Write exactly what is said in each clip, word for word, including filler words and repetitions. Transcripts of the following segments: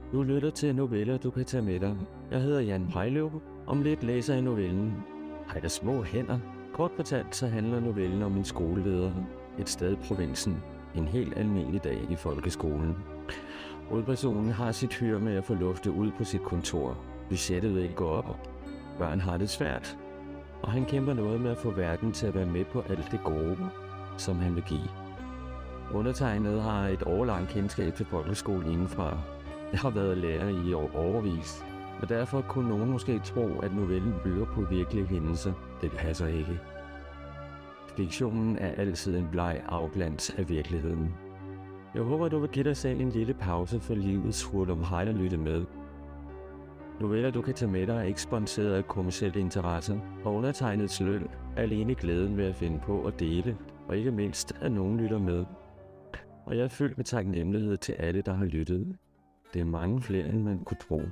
Du lytter til noveller, du kan tage med dig. Jeg hedder Jan Hejløv. Om lidt læser jeg novellen Hej der små hænder. Kort fortalt så handler novellen om en skoleleder et sted i provinsen. En helt almindelig dag i folkeskolen. Hovedpersonen har sit hyr med at få luftet ud på sit kontor. Budgettet vil ikke gå op. Børn har det svært. Og han kæmper noget med at få verden til at være med på alt det gode, som han vil give. Undertegnet har et årelangt kendskab til folkeskolen indenfra. Jeg har været lærer i år overvis, og derfor kunne nogen måske tro, at novellen bygger på virkelige hændelser. Det passer ikke. Fiktionen er altid en bleg afglans af virkeligheden. Jeg håber, du vil give dig selv en lille pause for livets hurtum hej og lytte med. Noveller, du kan tage med dig, er ikke sponsoreret af kommercielle interesser, og undertegnets løn er alene glæden ved at finde på at dele, og ikke mindst, at nogen lytter med. Og jeg er fyldt med taknemmelighed til alle, der har lyttet. Det er mange flere, end man kunne tro.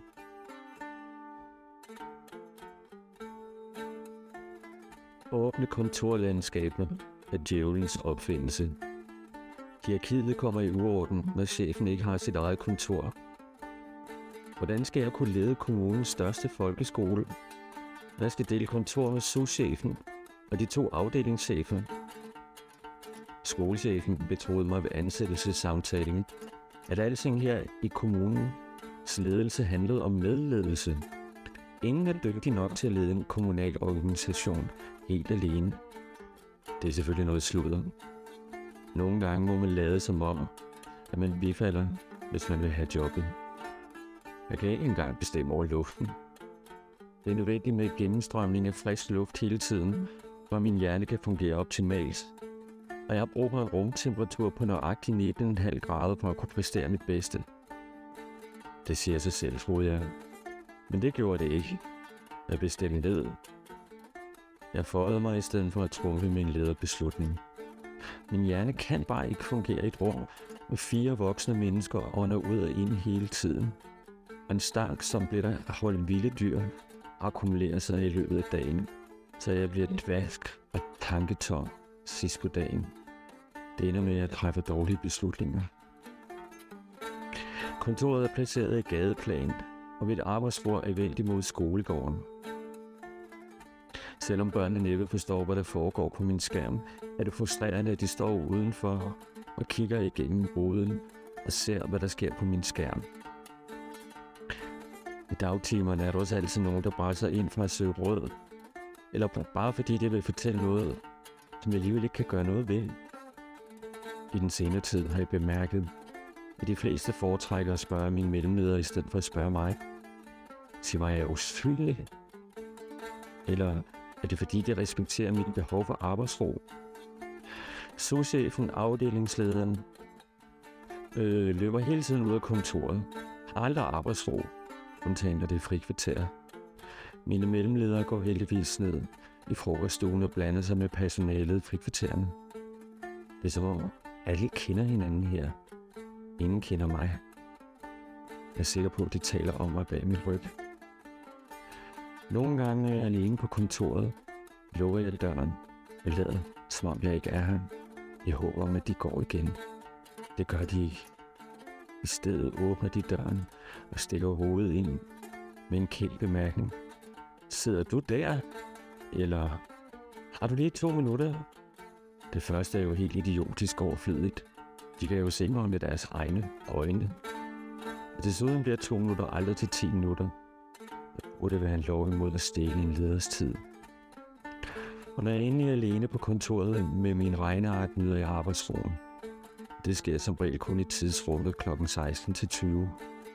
Åbne kontorlandskaber er djævelens opfindelse. Hierarkiet kommer i uorden, når chefen ikke har sit eget kontor. Hvordan skal jeg kunne lede kommunens største folkeskole? Jeg skal dele kontor med souschefen og de to afdelingschefer. Skolechefen betroede mig ved ansættelsessamtalen, at alting her i kommunens ledelse handlede om medledelse. Ingen er dygtig nok til at lede en kommunal organisation helt alene. Det er selvfølgelig noget sludder. Nogle gange må man lade som om, at man bifalder, hvis man vil have jobbet. Jeg kan ikke engang bestemme over luften. Det er nødvendigt med gennemstrømning af frisk luft hele tiden, for min hjerne kan fungere optimalt. Og jeg har brug for en rumtemperatur på nøjagtig nitten komma fem grader for at kunne præstere mit bedste. Det siger sig selv, troede jeg. Men det gjorde det ikke. Jeg bestemte ned. Jeg føjede mig i stedet for at trumfe min lederbeslutning. Min hjerne kan bare ikke fungere i et rum med fire voksne mennesker under ud og ind hele tiden. Og en stank, som bliver der at holde vilde dyr, akkumulerer sig i løbet af dagen, så jeg bliver dvask og tanketom sidst på dagen. Det ender med, at jeg træffer dårlige beslutninger. Kontoret er placeret i gadeplan, og mit arbejdsbord er vendt imod skolegården. Selvom børnene næppe forstår, hvad der foregår på min skærm, er det frustrerende, at de står udenfor og kigger igennem ruden og ser, hvad der sker på min skærm. I dagtimerne er der også altid nogen, der brænder ind for at søge råd, eller bare fordi det vil fortælle noget, som jeg alligevel ikke kan gøre noget ved. I den senere tid har jeg bemærket, at de fleste foretrækker at spørge mine mellemledere i stedet for at spørge mig. Siger mig, at jeg er uskyldig? Eller er det fordi, de respekterer mit behov for arbejdsro? Souschefen, afdelingslederen, øh, løber hele tiden ud af kontoret. Har aldrig arbejdsro, undtagen når det er frikvarter. Mine mellemledere går heldigvis ned i frokoststuen og blander sig med personalet i frikvartererne. Det er som om alle kender hinanden her. Ingen kender mig. Jeg er sikker på, at de taler om mig bag min ryg. Nogle gange er jeg alene på kontoret. Lukker jeg døren. Jeg lader, som om jeg ikke er her. Jeg håber om, at de går igen. Det gør de ikke. I stedet åbner de døren og stikker hovedet ind med en kæld bemærkning. Sidder du der? Eller har du lige to minutter? Det første er jo helt idiotisk overflødigt. De kan jo se mig med deres egne øjne. Og desuden bliver to minutter aldrig til ti minutter. Det burde være en lov imod at stjæle en leders tid. Og når jeg endelig er alene på kontoret med min regneark, nyder jeg arbejdsroen. Det sker som regel kun i tidsrummet klokken seksten til tyve.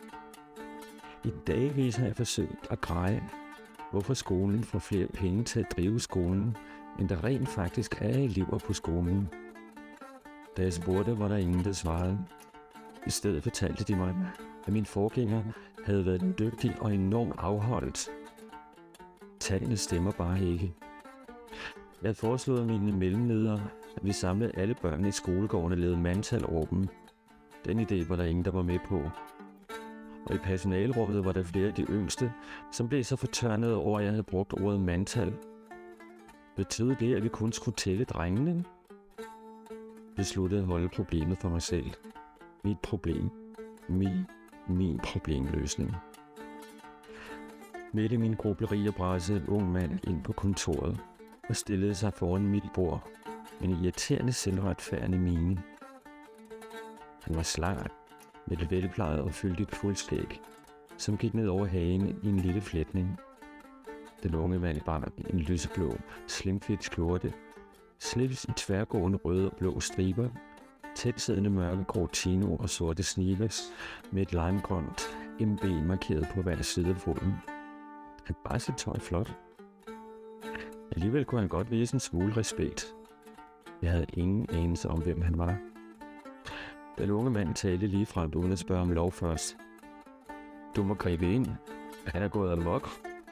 I dagvis har jeg forsøgt at greje, hvorfor skolen får flere penge til at drive skolen, end der rent faktisk er elever på skolen. Da jeg spurgte, var der ingen, der svarede. I stedet fortalte de mig, at min forgænger havde været dygtig og enormt afholdt. Tallene stemmer bare ikke. Jeg havde foreslået mine mellemledere, at vi samlede alle børn i skolegården og lavede mandtal over dem. Den idé var der ingen, der var med på. Og i personalrummet var der flere af de yngste, som blev så fortørnet over, at jeg havde brugt ordet mandtal. Betød det, at vi kun skulle tælle drengene? Besluttede at holde problemet for mig selv. Mit problem. Mi min problemløsning. Midt i min grublerier brasede en ung mand ind på kontoret og stillede sig foran mit bord med en irriterende selvretfærdig mine. Han var slank, med et velplejet og fyldigt fuldskæg, som gik ned over hagen i en lille flætning. Den unge mand bar en lyseblå, slimfit skjorte, slips i tværgående røde og blå striber, tætsiddende mørkegrå chino og sorte sneakers med et limegrønt M B markeret på hver side af foden. Han bar sit tøj flot. Alligevel kunne han godt vise en smule respekt. Jeg havde ingen anelse om, hvem han var. Den unge mand talte lige frem uden at spørge om lov først. Du må gribe ind. Han er gået amok.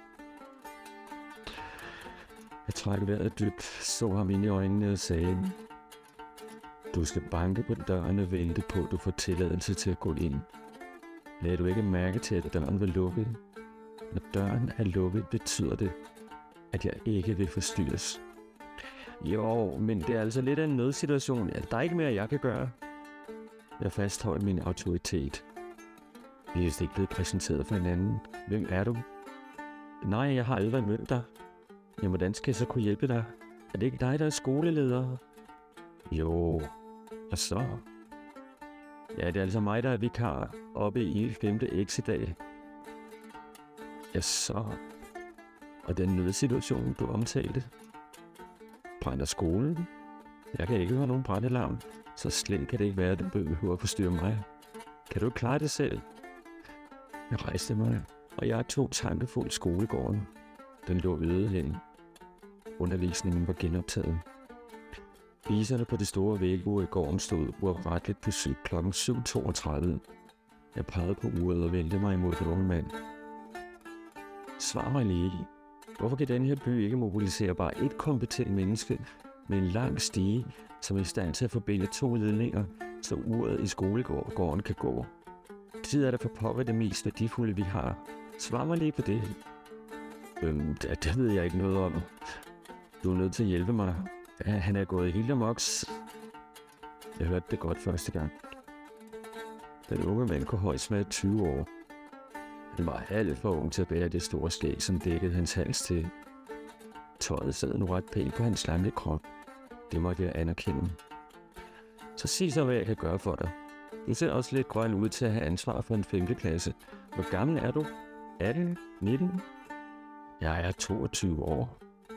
Jeg trak vejret dybt, så ham ind i øjnene og sagde: Du skal banke på døren og vente på, at du får tilladelse til at gå ind. Lad du ikke mærke til, at døren var lukket. Når døren er lukket, betyder det, at jeg ikke vil forstyrres. Jo, men det er altså lidt af en nødsituation. Ja, der er ikke mere, jeg kan gøre. Jeg fastholdt min autoritet. Vi er vist ikke blevet præsenteret for hinanden. Hvem er du? Nej, jeg har aldrig mødt dig. Jamen, hvordan skal jeg så kunne hjælpe dig? Er det ikke dig, der er skoleleder? Jo, og så? Ja, det er altså mig, der er vikar oppe i femte X i dag. Ja, så. Og den nødsituation, du omtalte? Brænder skolen? Jeg kan ikke høre nogen brændalarm, så slemt kan det ikke være, at du behøver at forstyrre mig. Kan du ikke klare det selv? Jeg rejste mig, og jeg tog tankefuldt skolegården. Den lå øde hen. Undervisningen var genoptaget. Viserne på det store væggeur i gården stod uafretteligt på syv klokken syv toogtredive. Jeg pegede på uret og vendte mig imod den unge mand. Svar mig lige. Hvorfor kan den her by ikke mobilisere bare et kompetent menneske med en lang stige, som er i stand til at forbinde to ledninger, så uret i skolegården kan gå? Tid er der for pokker det mest værdifulde, vi har. Svar mig lige på det. Øhm, det, det ved jeg ikke noget om. Du er nødt til at hjælpe mig. Ja, han er gået helt amoks. Jeg hørte det godt første gang. Den unge mand kunne højst være tyve år. Han var alt for ung til at bære det store skæg, som dækkede hans hals til. Tøjet sad nu ret pænt på hans slanke krop. Det måtte jeg anerkende. Så sig så, hvad jeg kan gøre for dig. Du ser også lidt grøn ud til at have ansvar for en femte klasse. Hvor gammel er du? atten? nitten? Jeg er toogtyve år.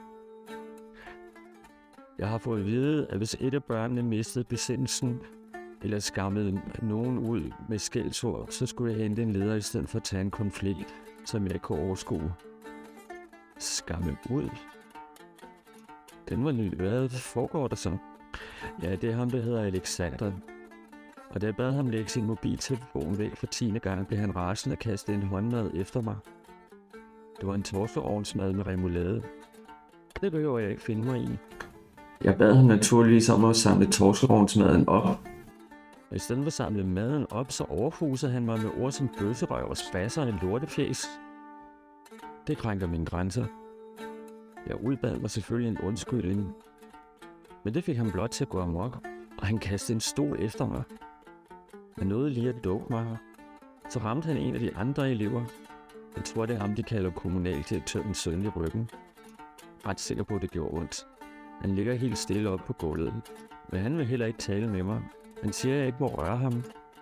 Jeg har fået at vide, at hvis et af børnene mistede besindelsen, eller skammede nogen ud med skældsord, så skulle jeg hente en leder i stedet for at tage en konflikt, som jeg kunne overskue. Skamme ud? Den var ny. Hvad foregår der så? Ja, det er ham, der hedder Alexander. Og da jeg bad ham lægge sin mobiltelefon væk for tiende gang, blev han rasende og kastede en håndmad efter mig. Det var en torskeovnsmad med remoulade. Det behøver jeg ikke finde mig i. Jeg bad ham naturligvis om at samle torskeovnsmaden op. Og i stedet for at samle maden op, så overfusede han mig med ord som bøsserøv og spasser og en lortefjæs. Det krænker mine grænser. Jeg udbad mig selvfølgelig en undskyldning. Men det fik ham blot til at gå amok, og han kastede en stol efter mig. Jeg nåede lige at dukke mig. Så ramte han en af de andre elever. Jeg tror, det er ham, de kalder kommunaldirektørens søn i ryggen. Ret sikker på, at det gjorde ondt. Han ligger helt stille op på gulvet, men han vil heller ikke tale med mig. Han siger, at jeg ikke må røre ham.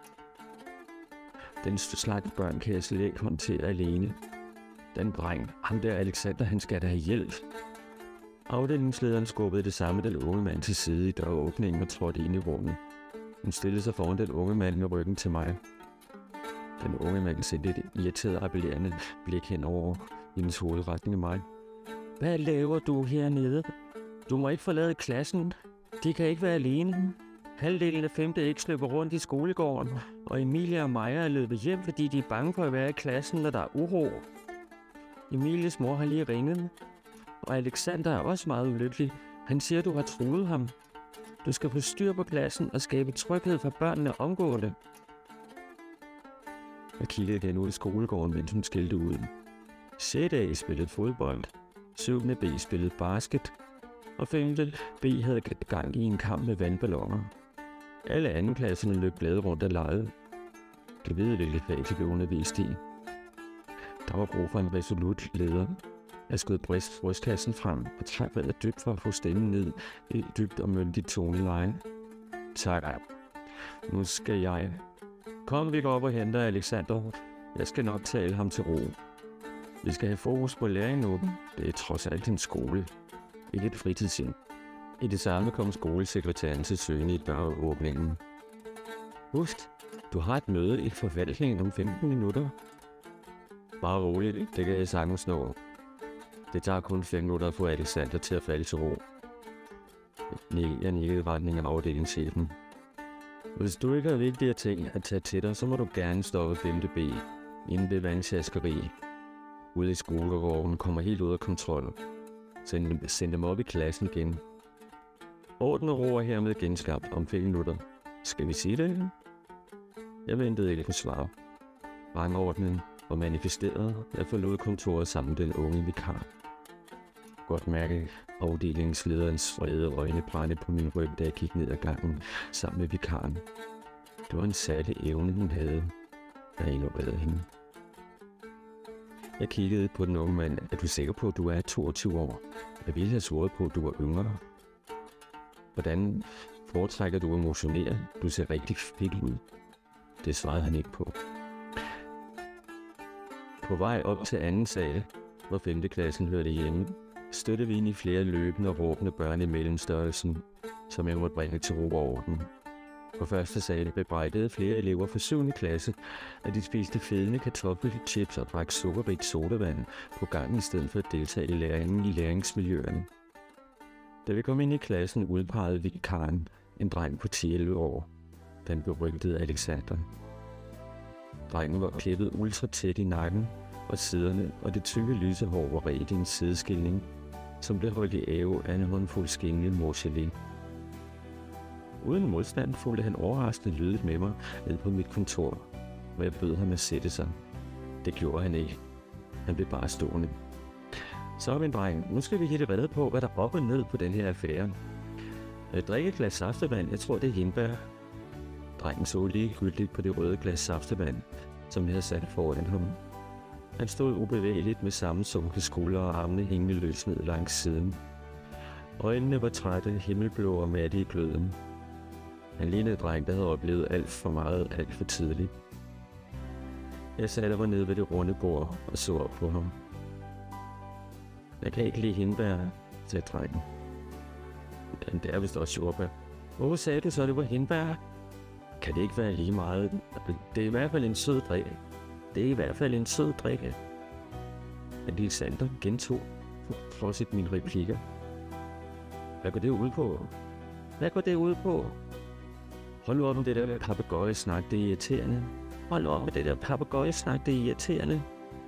Den slags børn kan jeg slet ikke håndtere alene. Den dreng, ham der Alexander, han skal da have hjælp. Afdelingslederen skubbede det samme den unge mand til side i døråbningen og trådte ind i rummet. Hun stillede sig foran den unge mand med ryggen til mig. Den unge mand sendte et irriteret appellerende blik hen over hendes hovedretning af mig. Hvad laver du hernede? Du må ikke forlade klassen. De kan ikke være alene. Halvdelen af femte X løber rundt i skolegården, og Emilie og Maja er løbet hjem, fordi de er bange for at være i klassen, når der er uro. Emilies mor har lige ringet, og Alexander er også meget ulykkelig. Han siger, du har truet ham. Du skal få styr på klassen og skabe tryghed for børnene omgående. Jeg kiggede igen ud i skolegården, mens hun skældte ud. sjette A spillede fodbold, syvende B spillede basket, og femte B havde gang i en kamp med vandballoner. Alle andenklasserne løb glade rundt og legede. Jeg ved, hvilket fag de blev undervist i. Der var brug for en resolut leder. Jeg skød bryst, brystkassen frem og trak vejret dybt for at få stemmen ned i et dybt og myndigt toneleje. Tak. Nu skal jeg. Kom, vi går op og henter Alexander. Jeg skal nok tale ham til ro. Vi skal have fokus på læring nu. Det er trods alt en skole. Ikke et fritidshjem. I det samme kom skolesekretæren til søgende i døråbningen. Husk, du har et møde i forvaltningen om femten minutter. Bare roligt, det kan jeg sagtens nå. Det tager kun fem minutter at få Alexander til at falde til ro. Jeg nikkede i retning af afdelingschefen. Hvis du ikke har vigtige ting at tage til dig, så må du gerne stoppe femte B, inden det vandtaskeri. Ude i skolegården kommer helt ud af kontrol. Send, send dem op i klassen igen. Orden og ro er hermed genskabt om fem minutter. Skal vi sige det? Jeg ventede ikke på svar. Rangordnen og manifesterede, jeg forlod kontoret sammen med den unge vikar. Godt mærke afdelingslederens vrede øjne brændte på min ryg, da jeg gik ned ad gangen sammen med vikaren. Det var en særlig evne, hun havde, der ignorerede hende. Jeg kiggede på den unge mand. Er du sikker på, at du er toogtyve år? Jeg ville have svoret på, at du var yngre. Hvordan foretrækker du at motionere? Du ser rigtig fedt ud. Det svarede han ikke på. På vej op til anden sal, hvor femte klassen hørte hjemme, støttede vi ind i flere løbende og råbende børn i mellemstørrelsen, som jeg måtte bringe til ro og orden. På første sal bebrejdede flere elever fra syvende klasse, at de spiste fedende kartoffelchips og drak sukkerrigt sodavand på gangen i stedet for at deltage i læringen i læringsmiljøerne. Da vi kom ind i klassen, udpegede vikaren en dreng på ti til elleve år, den berygtede Alexander. Drengen var klippet ultra tæt i nakken og siderne, og det tykke lyse hår var redt i en sideskilning, som blev holdt i ave af en håndfuld skinnende morsgelé. Uden modstand fulgte han overraskende lydigt med mig ned på mit kontor, hvor jeg bød ham at sætte sig. Det gjorde han ikke. Han blev bare stående. Så min dreng, nu skal vi helt redde på, hvad der er op og ned på den her affære. Jeg drikker et glas saftevand, jeg tror det er hindbær. Drengen så ligegyldigt på det røde glas saftevand, som jeg havde sat foran ham. Han stod ubevægeligt med sammensunke skuldre og armene hængende løs ned langs siden. Øjnene var trætte, himmelblå og matte i gløden. Han lignede en dreng, der havde oplevet alt for meget alt for tidligt. Jeg satte mig ned ved det runde bord og så op på ham. Jeg kan ikke lide hindbær, sagde drengen. Men det er vist også jordbær. Hvorfor sagde du så, det var hindbær? Kan det ikke være lige meget? Det er i hvert fald en sød drik. Det er i hvert fald en sød drikke. Alexander gentog for sit mine replikker. Hvad går det ud på? Hvad går det ud på? Hold nu op med det der papegøjesnak, det er irriterende. Hold nu op med det der papegøjesnak, det er irriterende.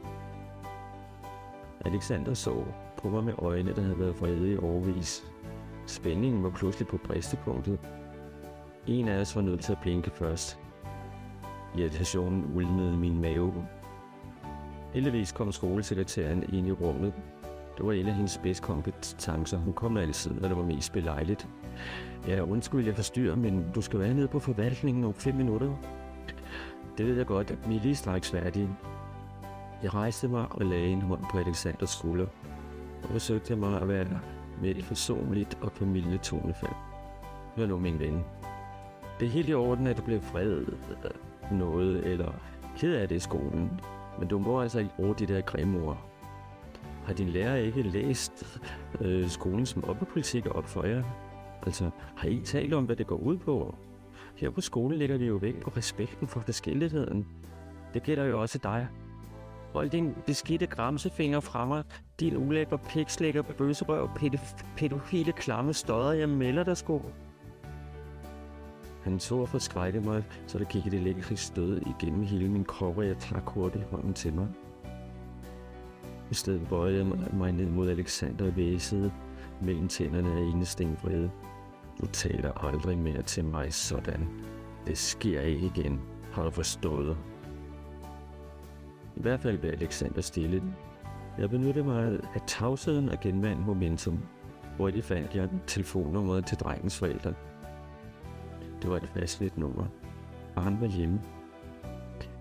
Alexander så på mig med øjne, der havde været vrede i årevis. Spændingen var pludselig på bristepunktet. En af os var nødt til at blinke først. Irritationen ulmede min mave. Heldigvis kom skolesekretæren ind i rummet. Det var en af hendes spidskompetencer. Hun kom altid, når det var mest belejligt. Ja, undskyld, jeg forstyrrer, men du skal være nede på forvaltningen om fem minutter. Det ved jeg godt, vi er lige straks færdige. Jeg rejste mig og lagde en hånd på Alexanders skulder, og forsøgte jeg mig at være med et forsonligt og familie tonefald. Hør nu, min ven. Det er helt i orden, at du bliver vred noget eller ked af det i skolen, men du må altså ikke bruge de der grimme ord. Har din lærer ikke læst øh, skolens mobbepolitik op for jer? Altså, har I talt om, hvad det går ud på? Her på skolen lægger vi jo vægt på respekten for forskelligheden. Det gælder jo også dig. Hold din beskidte gramsefinger fra mig, din ulækre pikslækker, bøsserøv, pædofile klamme stodder, jeg melder dig sgu. Han tog og forskrækte mig, så der gik et elektrisk stød igennem hele min krop, og jeg trak hurtigt hånden til mig. I stedet bøjede jeg mig ned mod Alexander og væsede mellem tænderne af indesten vrede. Du taler aldrig mere til mig sådan. Det sker ikke igen, har du forstået. I hvert fald blev Alexander stille. Jeg benyttede mig af tavsheden og genvandt momentum, hvor det fandt jeg telefonnummeret til drengens forældre. Det var et fastligt nummer, og han var hjemme.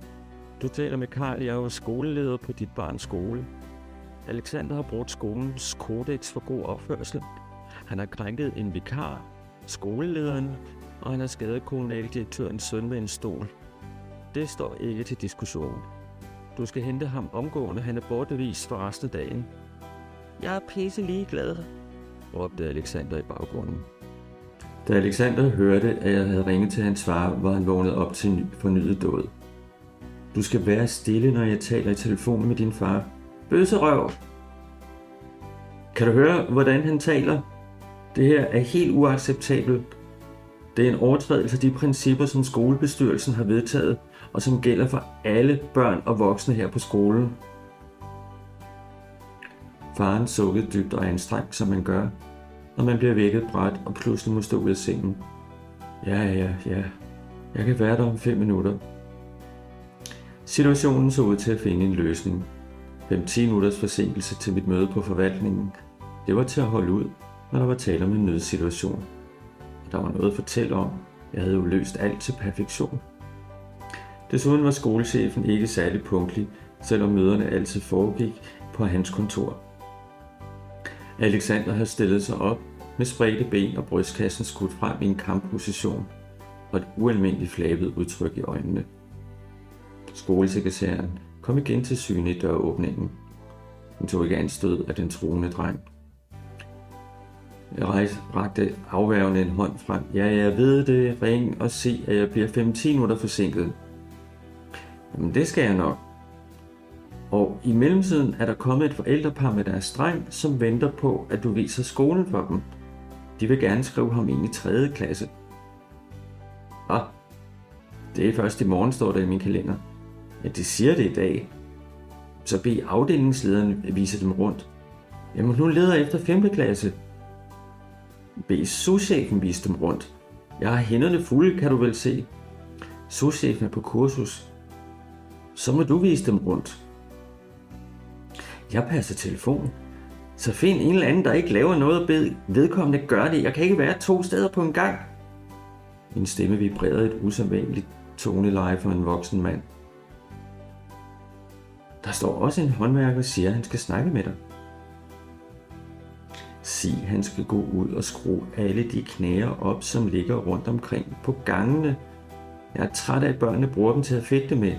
Du taler med Karl, jeg er jo skoleleder på dit barns skole. Alexander har brugt skolens kodex for god opførsel. Han har krænket en vikar, skolelederen, og han har skadet kommunaldirektørens søn med en stol. Det står ikke til diskussion. Du skal hente ham omgående, han er bortevist for resten af dagen. Jeg er pisse ligeglad, råbte Alexander i baggrunden. Da Alexander hørte, at jeg havde ringet til hans far, var han vågnet op til en fornyet dåd. Du skal være stille, når jeg taler i telefonen med din far. Bøsserøv! Kan du høre, hvordan han taler? Det her er helt uacceptabelt. Det er en overtrædelse af de principper, som skolebestyrelsen har vedtaget, og som gælder for alle børn og voksne her på skolen. Faren sukkede dybt og anstrengt, som man gør, når man bliver vækket bræt og pludselig må stå ud af sengen. Ja, ja, ja. Jeg kan være der om fem minutter. Situationen så ud til at finde en løsning. fem til ti minutters forsinkelse til mit møde på forvaltningen. Det var til at holde ud, når der var tale om en nødsituation. Og der var noget at fortælle om. Jeg havde jo løst alt til perfektion. Desuden var skolechefen ikke særlig punktlig, selvom møderne altid foregik på hans kontor. Alexander havde stillet sig op med spredte ben og brystkassen skudt frem i en kampposition og et ualmindeligt flabet udtryk i øjnene. Skolesekretæren kom igen til syne i døråbningen. Hun tog ikke anstød af den truende dreng. Jeg rakte afværgende en hånd frem. Ja, jeg ved det. Ring og se, at jeg bliver fem til ti minutter forsinket. Jamen, det skal jeg nok. Og i mellemtiden er der kommet et forældrepar med deres dreng, som venter på, at du viser skolen for dem. De vil gerne skrive ham ind i tredje klasse. Ah, det er først i morgen, står der i min kalender. Ja, det siger det i dag. Så bed afdelingslederen vise dem rundt. Jamen, nu leder efter femte klasse. Bed souschefen vise dem rundt. Jeg har hænderne fulde, kan du vel se. Souschefen er på kursus. Så må du vise dem rundt. Jeg passer telefonen. Så find en eller anden, der ikke laver noget og bed vedkommende gør det. Jeg kan ikke være to steder på en gang. Min stemme vibrerede et usædvanligt toneleje for en voksen mand. Der står også en håndværker og siger, at han skal snakke med dig. Sig, han skal gå ud og skrue alle de knæer op, som ligger rundt omkring på gangene. Jeg er træt af, at børnene bruger dem til at fedte med.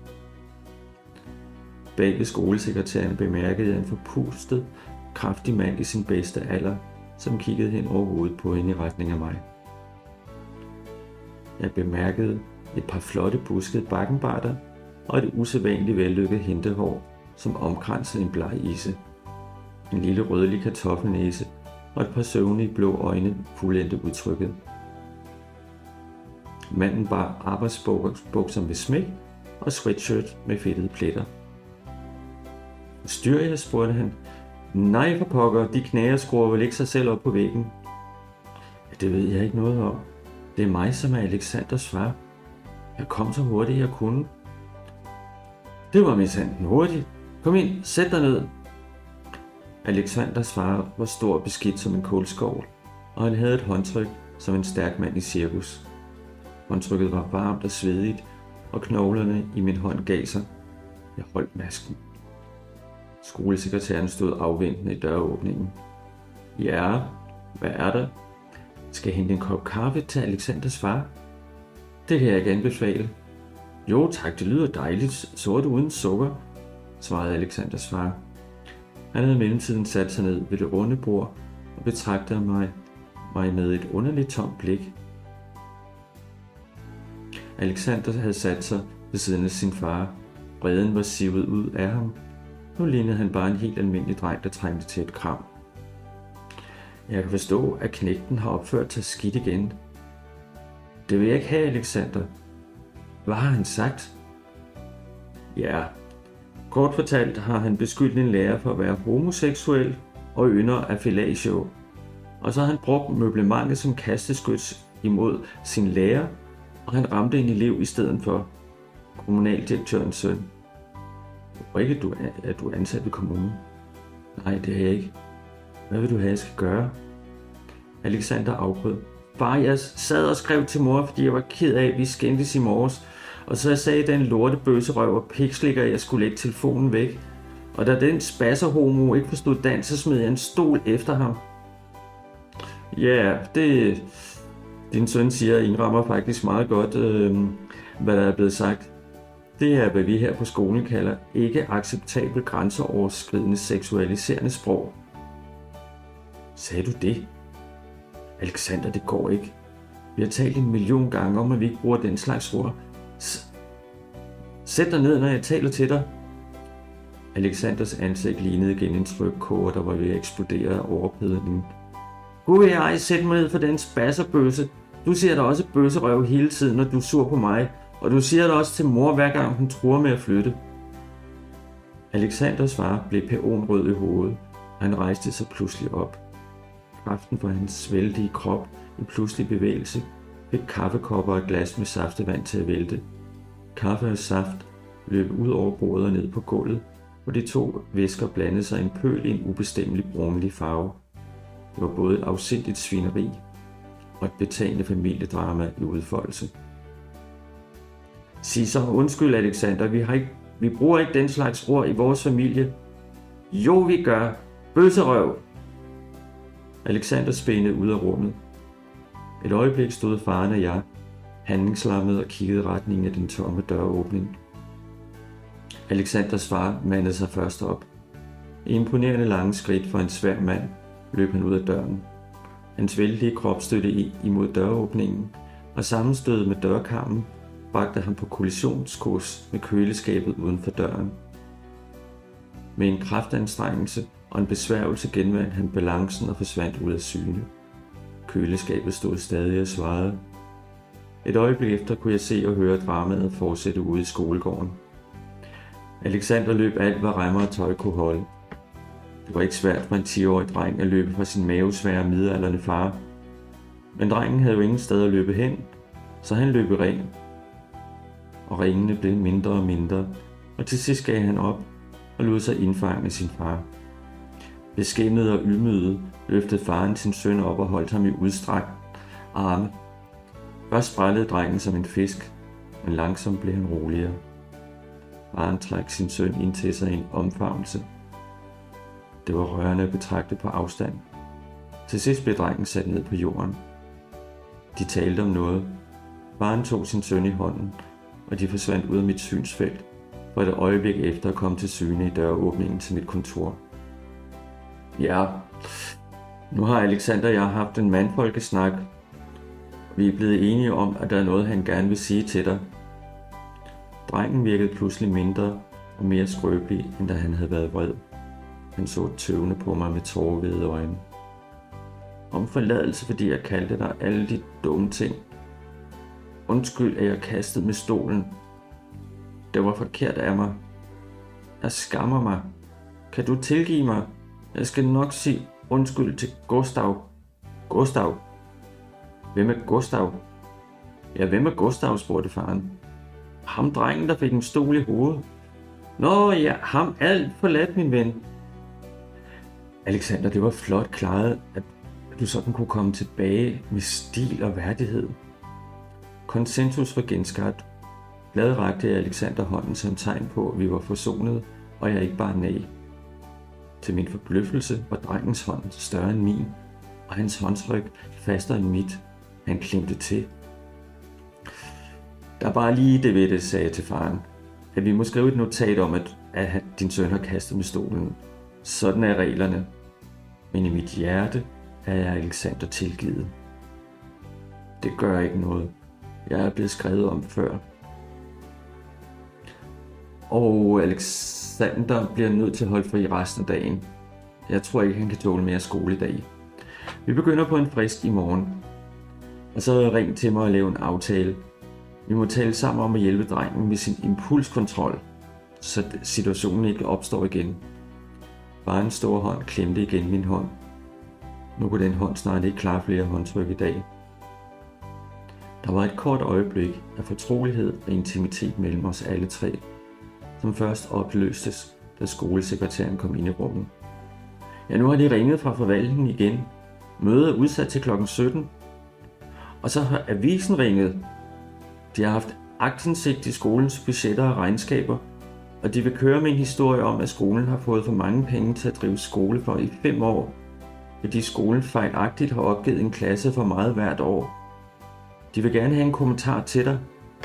Bag ved skolesekretæren bemærkede jeg en forpustet, kraftig mand i sin bedste alder, som kiggede hen over hovedet på hende i retning af mig. Jeg bemærkede et par flotte buskede bakkenbarter og et usædvanligt vellykket hentehår, som omkransede en bleg isse. En lille rødlig kartoffelnæse og et par søvnige blå øjne fuldendte udtrykket. Manden bar arbejdsbukser med smæk og sweatshirt med fedtede pletter. Styr jeg, spurgte han. Nej for pokker, de knæer skruer vel ikke sig selv op på væggen. Ja, det ved jeg ikke noget om. Det er mig, som er Alexanders far. Jeg kom så hurtigt, jeg kunne. Det var misanten hurtigt. Kom ind, sæt dig ned. Alexanders far var stor og beskidt som en kålskovl, og han havde et håndtryk som en stærk mand i cirkus. Håndtrykket var varmt og svedigt, og knoglerne i min hånd gav sig. Jeg holdt masken. Skolesekretæren stod afventende i døråbningen. Ja, hvad er der? Skal jeg hente en kop kaffe til Alexanders far? Det kan jeg ikke anbefale. Jo tak, det lyder dejligt. Sort uden sukker, svarede Alexanders far. Han havde i mellemtiden sat sig ned ved det runde bord og betragtede mig, mig med et underligt tomt blik. Alexander havde sat sig ved siden af sin far. Vreden var sivet ud af ham. Nu lignede han bare en helt almindelig dreng, der trængte til et kram. Jeg kan forstå, at knægten har opført sig skidt igen. Det vil jeg ikke have, Alexander. Hvad har han sagt? Ja, kort fortalt har han beskyldt en lærer for at være homoseksuel og ynder af fellatio. Og så har han brugt møblementet som kasteskyts imod sin lærer, og han ramte en elev i stedet for kommunaldirektørens søn. Og ikke, at du er, at du er ansat ved kommunen. Nej, det er jeg ikke. Hvad vil du have, jeg skal gøre? Alexander afbrød. Bare jeg sad og skrev til mor, fordi jeg var ked af, at vi skændtes i morges, Og så sagde den lorte bøsserøv og pikslikker, at jeg skulle lægge telefonen væk. Og da den spasserhomo ikke forstod dansk, så smed jeg en stol efter ham. Ja, det... Din søn siger, indrammer faktisk meget godt, øh, hvad der er blevet sagt. Det er, hvad vi her på skolen kalder ikke acceptabel grænseoverskridende seksualiserende sprog. Sagde du det? Alexander, det går ikke. Vi har talt en million gange om, at vi ikke bruger den slags ord. S- Sæt dig ned, når jeg taler til dig. Alexanders ansigt lignede igen en trykkoger, der var ved at eksplodere af overophedningen. Gud, jeg sæt mig ned for den spasserbøsse. Du siger da også bøsserøv hele tiden, når du er sur på mig, og du siger det også til mor, hver gang hun truer med at flytte. Alexanders far blev pæonrød i hovedet, og han rejste sig pludselig op. Kraften for hans svældige krop i pludselig bevægelse fik kaffekopper og et glas med saftevand til at vælte. Kaffe og saft løb ud over bordet og ned på gulvet, hvor de to væsker blandede sig en pøl i en ubestemmelig brunlig farve. Det var både et afsindigt svineri og et betagende familiedrama i udfoldelse. Sig så undskyld, Alexander, vi, har ikke, vi bruger ikke den slags ord i vores familie. Jo, vi gør. Bøsserøv! Alexander spændede ud af rummet. Et øjeblik stod faren og jeg, handlingslammet og kiggede retningen af den tomme døråbning. Alexanders far mandede sig først op. I imponerende lange skridt for en svær mand løb han ud af døren. Hans vældige krop stødte i imod døråbningen, og sammenstødet med dørkarmen bragte ham på kollisionskurs med køleskabet uden for døren. Med en kraftanstrengelse og en besværgelse genvandt han balancen og forsvandt ud af syne. Køleskabet stod stadig og svarede. Et øjeblik efter kunne jeg se og høre dramaet fortsætte ude i skolegården. Alexander løb alt, hvad remmer og tøj kunne holde. Det var ikke svært for en ti-årig dreng at løbe fra sin mavesvære midaldrende far. Men drengen havde jo ingen sted at løbe hen, så han løb i ring. Og ringene blev mindre og mindre, og til sidst gav han op og lod sig indfange af sin far. Beskæmmet og ydmyget løftede faren sin søn op og holdt ham i udstrakt arme. Først sprællede drengen som en fisk, men langsomt blev han roligere. Faren trak sin søn ind til sig i en omfavnelse. Det var rørende at betragte på afstand. Til sidst blev drengen sat ned på jorden. De talte om noget. Faren tog sin søn i hånden, og de forsvandt ud af mit synsfelt, for et øjeblik efter at komme til syne i døråbningen til mit kontor. Ja, nu har Alexander og jeg haft en mandfolkesnak. Vi er blevet enige om, at der er noget, han gerne vil sige til dig. Drengen virkede pludselig mindre og mere skrøbelig, end da han havde været vred. Han så tøvende på mig med tårervede øjne. Om forladelse, fordi jeg kaldte dig alle de dumme ting. Undskyld, at jeg kastede med stolen. Det var forkert af mig. Jeg skammer mig. Kan du tilgive mig? Jeg skal nok sige undskyld til Gustav. Gustav? Hvem er Gustav? Ja, hvem er Gustav, spurgte faren. Ham drengen, der fik en stol i hovedet. Nå ja, ham alt forladt, min ven. Alexander, det var flot klaret, at du sådan kunne komme tilbage med stil og værdighed. Konsensus var genskabt. Glad rakte jeg Alexander hånden som tegn på, at vi var forsonet, og jeg ikke bare nag. Til min forbløffelse var drengens hånd større end min, og hans håndtryk fastere end mit. Han klemte til. Der er bare lige det ved det, sagde jeg til faren, at vi må skrive et notat om, at, at din søn har kastet med stolen. Sådan er reglerne. Men i mit hjerte er jeg Alexander tilgivet. Det gør ikke noget. Jeg er blevet skrevet om før. Og Alexander bliver nødt til at holde fri resten af dagen. Jeg tror ikke, han kan tåle mere skoledag. Vi begynder på en frisk i morgen. Og så ring til mig og lave en aftale. Vi må tale sammen om at hjælpe drengen med sin impulskontrol, så situationen ikke opstår igen. Bare en stor hånd klemte igen min hånd. Nu kunne den hånd snart ikke klare flere håndtryk i dag. Der var et kort øjeblik af fortrolighed og intimitet mellem os alle tre, som først opløstes, da skolesekretæren kom ind i rummet. Ja, nu har de ringet fra forvaltningen igen. Mødet er udsat til klokken sytten. Og så har avisen ringet. De har haft aktindsigt i skolens budgetter og regnskaber, og de vil køre med en historie om, at skolen har fået for mange penge til at drive skole for i fem år, fordi skolen fejlagtigt har opgivet en klasse for meget hvert år. De vil gerne have en kommentar til dig.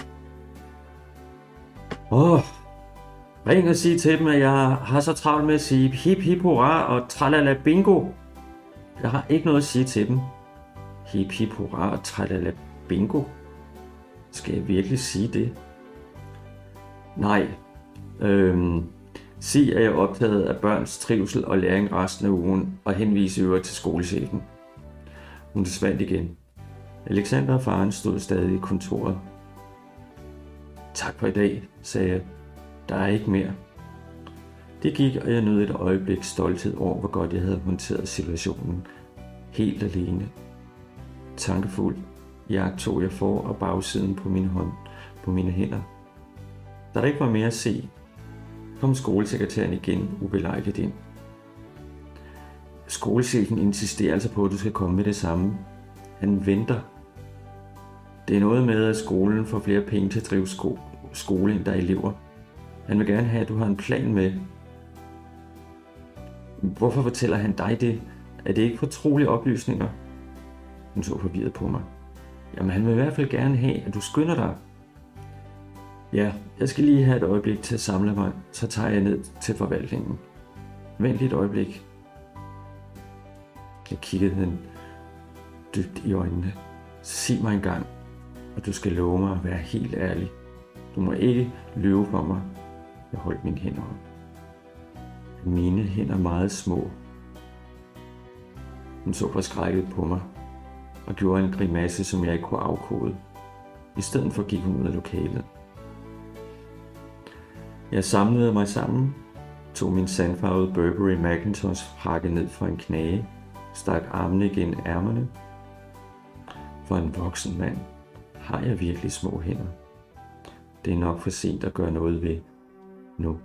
Åh, ring og sig til dem, at jeg har så travlt med at sige hip hip hurra og tralala bingo. Jeg har ikke noget at sige til dem. Hip hip hurra og tralala bingo. Skal jeg virkelig sige det? Nej. Øhm, sig, at jeg er optaget af børns trivsel og læring resten af ugen, og henvise øvrigt til skolechefen. Hun forsvandt igen. Alexander og faren stod stadig i kontoret. Tak for i dag, sagde jeg. Der er ikke mere. Det gik, og jeg nød et øjeblik stolthed over, hvor godt jeg havde håndteret situationen. Helt alene. Tankefuld jagtog jeg for- og bagsiden på mine hånd, på mine hænder. Da der ikke var mere at se, kom skolesekretæren igen ubelejligt ind. Skolechefen insisterer altså på, at du skal komme med det samme. Han venter. Det er noget med, at skolen får flere penge til at drive sko- skole, end der er elever. Han vil gerne have, at du har en plan med. Hvorfor fortæller han dig det? Er det ikke fortrolige oplysninger? Hun så forvirret på mig. Jamen, han vil i hvert fald gerne have, at du skynder dig. Ja, jeg skal lige have et øjeblik til at samle mig, så tager jeg ned til forvaltningen. Vent lige et øjeblik. Jeg kiggede hende dybt i øjnene. Sig mig engang, og du skal love mig at være helt ærlig. Du må ikke lyve for mig. Jeg holdt mine hænder op. Mine hænder meget små. Hun så forskrækket på mig og gjorde en grimasse, som jeg ikke kunne afkode. I stedet for gik hun ud af lokalet. Jeg samlede mig sammen, tog min sandfarvede Burberry Macintosh frakke ned fra en knage, stak armene igen i ærmerne. For en voksen mand har jeg virkelig små hænder. Det er nok for sent at gøre noget ved nu.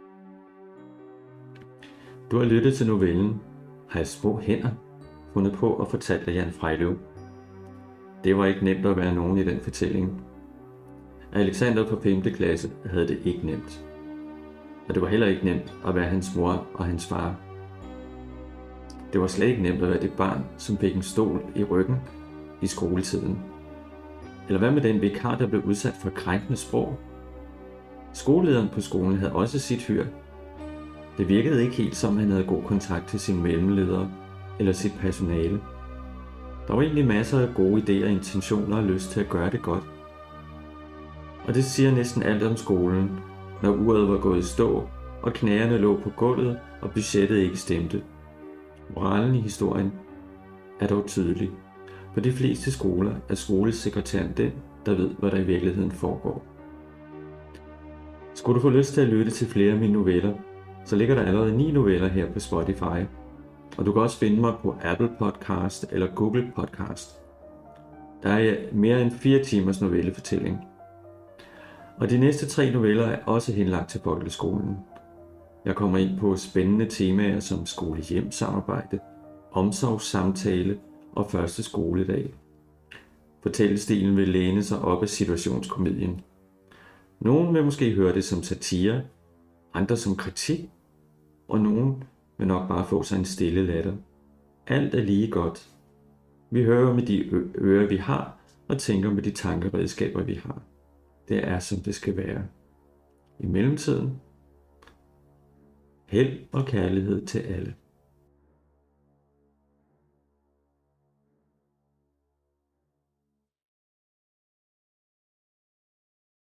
Du har lyttet til novellen Har jeg små hænder? Fundet på og fortalt af Jan Frejløv. Det var ikke nemt at være nogen i den fortælling. Alexander på femte klasse havde det ikke nemt. Og det var heller ikke nemt at være hans mor og hans far. Det var slet ikke nemt at være det barn, som fik en stol i ryggen i skoletiden. Eller hvad med den vikar, der blev udsat for krænkende sprog? Skolelederen på skolen havde også sit hyr. Det virkede ikke helt som, han havde god kontakt til sine mellemledere eller sit personale. Der var egentlig masser af gode idéer, intentioner og lyst til at gøre det godt. Og det siger næsten alt om skolen, når uret var gået i stå, og knæerne lå på gulvet, og budgettet ikke stemte. Moralen i historien er dog tydelig. På de fleste skoler er skolesekretæren den, der ved, hvad der i virkeligheden foregår. Skulle du få lyst til at lytte til flere af mine noveller, så ligger der allerede ni noveller her på Spotify. Og du kan også finde mig på Apple Podcast eller Google Podcast. Der er mere end fire timers novellefortælling. Og de næste tre noveller er også henlagt til folkeskolen. Jeg kommer ind på spændende temaer som skole-hjem-samarbejde, omsorgssamtale og første skoledag. Fortællestilen vil læne sig op af situationskomedien. Nogle vil måske høre det som satire, andre som kritik, og nogen vil nok bare få sig en stille latter. Alt er lige godt. Vi hører med de ører, vi har, og tænker med de tankeredskaber, vi har. Det er, som det skal være. I mellemtiden, held og kærlighed til alle.